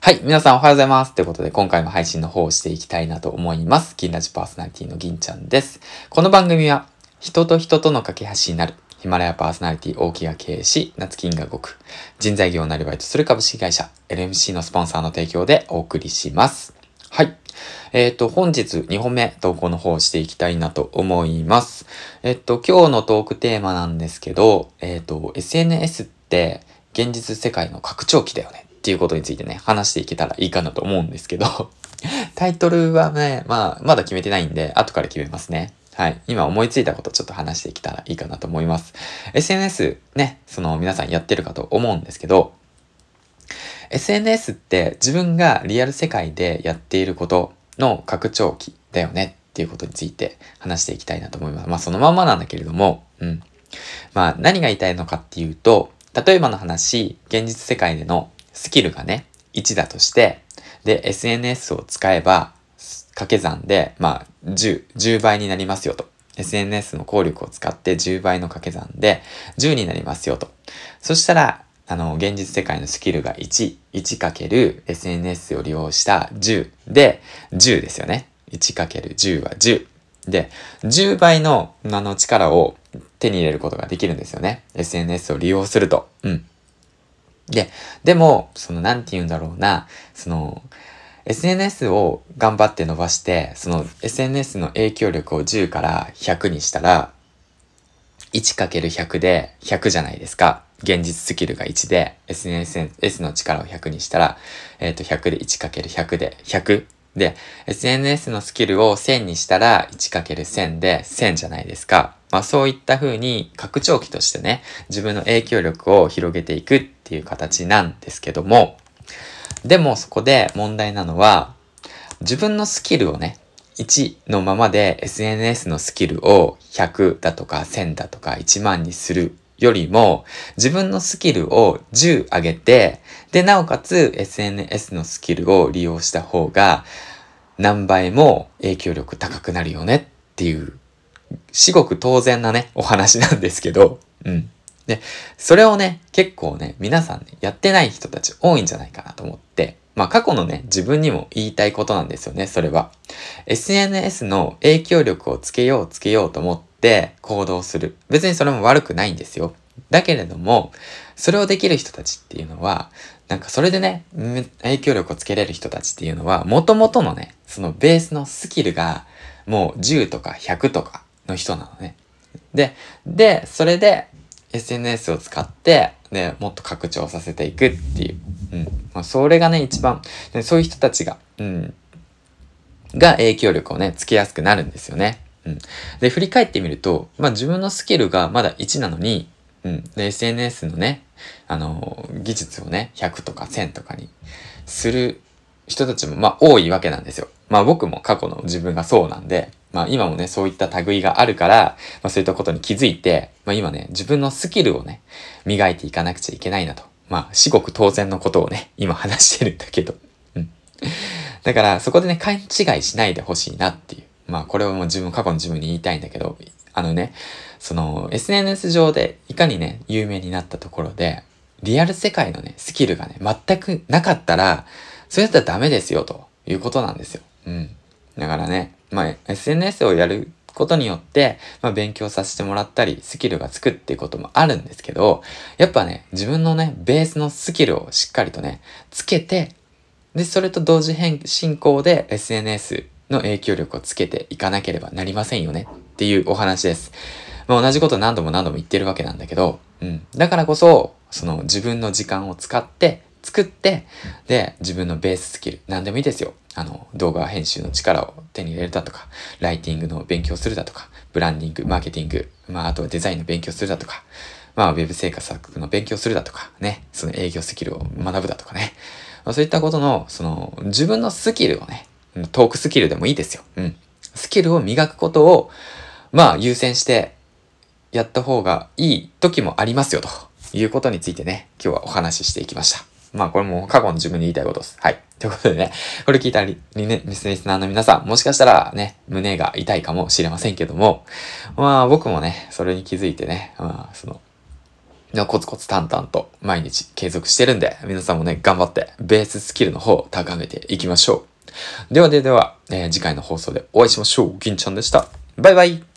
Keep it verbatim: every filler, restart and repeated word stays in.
はい。皆さんおはようございます。ということで、今回も配信の方をしていきたいなと思います。銀ラジパーソナリティの銀ちゃんです。この番組は、人と人との架け橋になる、ヒマラヤパーソナリティ大木が経営し、夏金が動く、人材業をなりわいとする株式会社、エルエムシー のスポンサーの提供でお送りします。はい。えっと、本日にほんめ投稿の方をしていきたいなと思います。えっと、今日のトークテーマなんですけど、えっと、エスエヌエス って現実世界の拡張器だよね。っていうことについてね、話していけたらいいかなと思うんですけど、タイトルはね、まあ、まだ決めてないんで、後から決めますね。はい。今思いついたことちょっと話していけたらいいかなと思います。エスエヌエス ね、その皆さんやってるかと思うんですけど、エスエヌエス って自分がリアル世界でやっていることの拡張器だよねっていうことについて話していきたいなと思います。まあそのまんまなんだけれども、うん。まあ何が言いたいのかっていうと、例えばの話、現実世界でのスキルがね、いちだとして、で、エスエヌエス を使えば、掛け算で、まあ、じゅう、じゅうばいになりますよと。エスエヌエス の効力を使ってじゅうばいの掛け算でじゅうになりますよと。そしたら、あの、現実世界のスキルがいち、いちかける エスエヌエス を利用したじゅうで、じゅうですよね。いちかけるじゅう はじゅう。で、じゅうばいの、あの、力を手に入れることができるんですよね。エスエヌエス を利用すると。うん。で、でも、その、なんて言うんだろうな、その、エスエヌエス を頑張って伸ばして、その エスエヌエス の影響力をじゅうからひゃくにしたら、いちかけるひゃく でひゃくじゃないですか。現実スキルがいちで、エスエヌエス の力をひゃくにしたら、えっと、ひゃくで いちかけるひゃく でひゃく。で、エスエヌエス のスキルをせんにしたら いちかけるせん でせんじゃないですか。まあそういった風に拡張器としてね、自分の影響力を広げていくっていう形なんですけども、でもそこで問題なのは、自分のスキルをね、いちのままで エスエヌエス のスキルをひゃくだとかせんだとかいちまんにするよりも、自分のスキルをじゅう上げて、で、なおかつ エスエヌエス のスキルを利用した方が何倍も影響力高くなるよねっていう、至極当然なね、お話なんですけど、うん。で、それをね、結構ね、皆さんね、やってない人たち多いんじゃないかなと思って、まあ過去のね、自分にも言いたいことなんですよね、それは。エスエヌエス の影響力をつけようつけようと思って行動する。別にそれも悪くないんですよ。だけれども、それをできる人たちっていうのは、なんかそれでね、影響力をつけれる人たちっていうのは、元々のね、そのベースのスキルがもうじゅうとかひゃくとかの人なのね。で、で、それで エスエヌエス を使って、で、もっと拡張させていくっていう。うん。まあ、それがね、一番、でそういう人たちが、うん、が影響力をね、つけやすくなるんですよね。うん。で、振り返ってみると、まあ自分のスキルがまだいちなのに、うん。で、エスエヌエス のね、あの、技術をね、ひゃくとかせんとかにする人たちもまあ多いわけなんですよ。まあ僕も過去の自分がそうなんで、まあ今もね、そういった類があるから、まあそういったことに気づいて、まあ今ね、自分のスキルをね、磨いていかなくちゃいけないなと。まあ至極当然のことをね、今話してるんだけど。うん。だからそこでね、勘違いしないでほしいなっていう。まあこれはもう自分、過去の自分に言いたいんだけど、あのね、その エスエヌエス 上でいかにね、有名になったところで、リアル世界のね、スキルがね、全くなかったら、それだったらダメですよ、ということなんですよ。うん。だからね、まあ エスエヌエス をやることによって、まあ勉強させてもらったり、スキルがつくっていうこともあるんですけど、やっぱね、自分のね、ベースのスキルをしっかりとね、つけて、で、それと同時変進行で エスエヌエス の影響力をつけていかなければなりませんよねっていうお話です。まあ、同じこと何度も何度も言ってるわけなんだけど、うん。だからこそ、その自分の時間を使って、作って、で、自分のベーススキル、何でもいいですよ。あの、動画編集の力を手に入れるだとか、ライティングの勉強するだとか、ブランディング、マーケティング、まあ、あとはデザインの勉強するだとか、まあ、ウェブ生活作の勉強するだとか、ね、その営業スキルを学ぶだとかね。まあ、そういったことの、その、自分のスキルをね、トークスキルでもいいですよ。うん。スキルを磨くことを、まあ、優先してやった方がいい時もありますよ、ということについてね、今日はお話ししていきました。まあ、これも過去の自分に言いたいことです。はい。ということでね、これ聞いたリリリスナーの皆さん、もしかしたらね、胸が痛いかもしれませんけども、まあ、僕もね、それに気づいてね、まあ、その、 コツコツ淡々と毎日継続してるんで、皆さんもね、頑張ってベーススキルの方を高めていきましょう。ではではでは、えー次回の放送でお会いしましょう。銀ちゃんでした。バイバイ。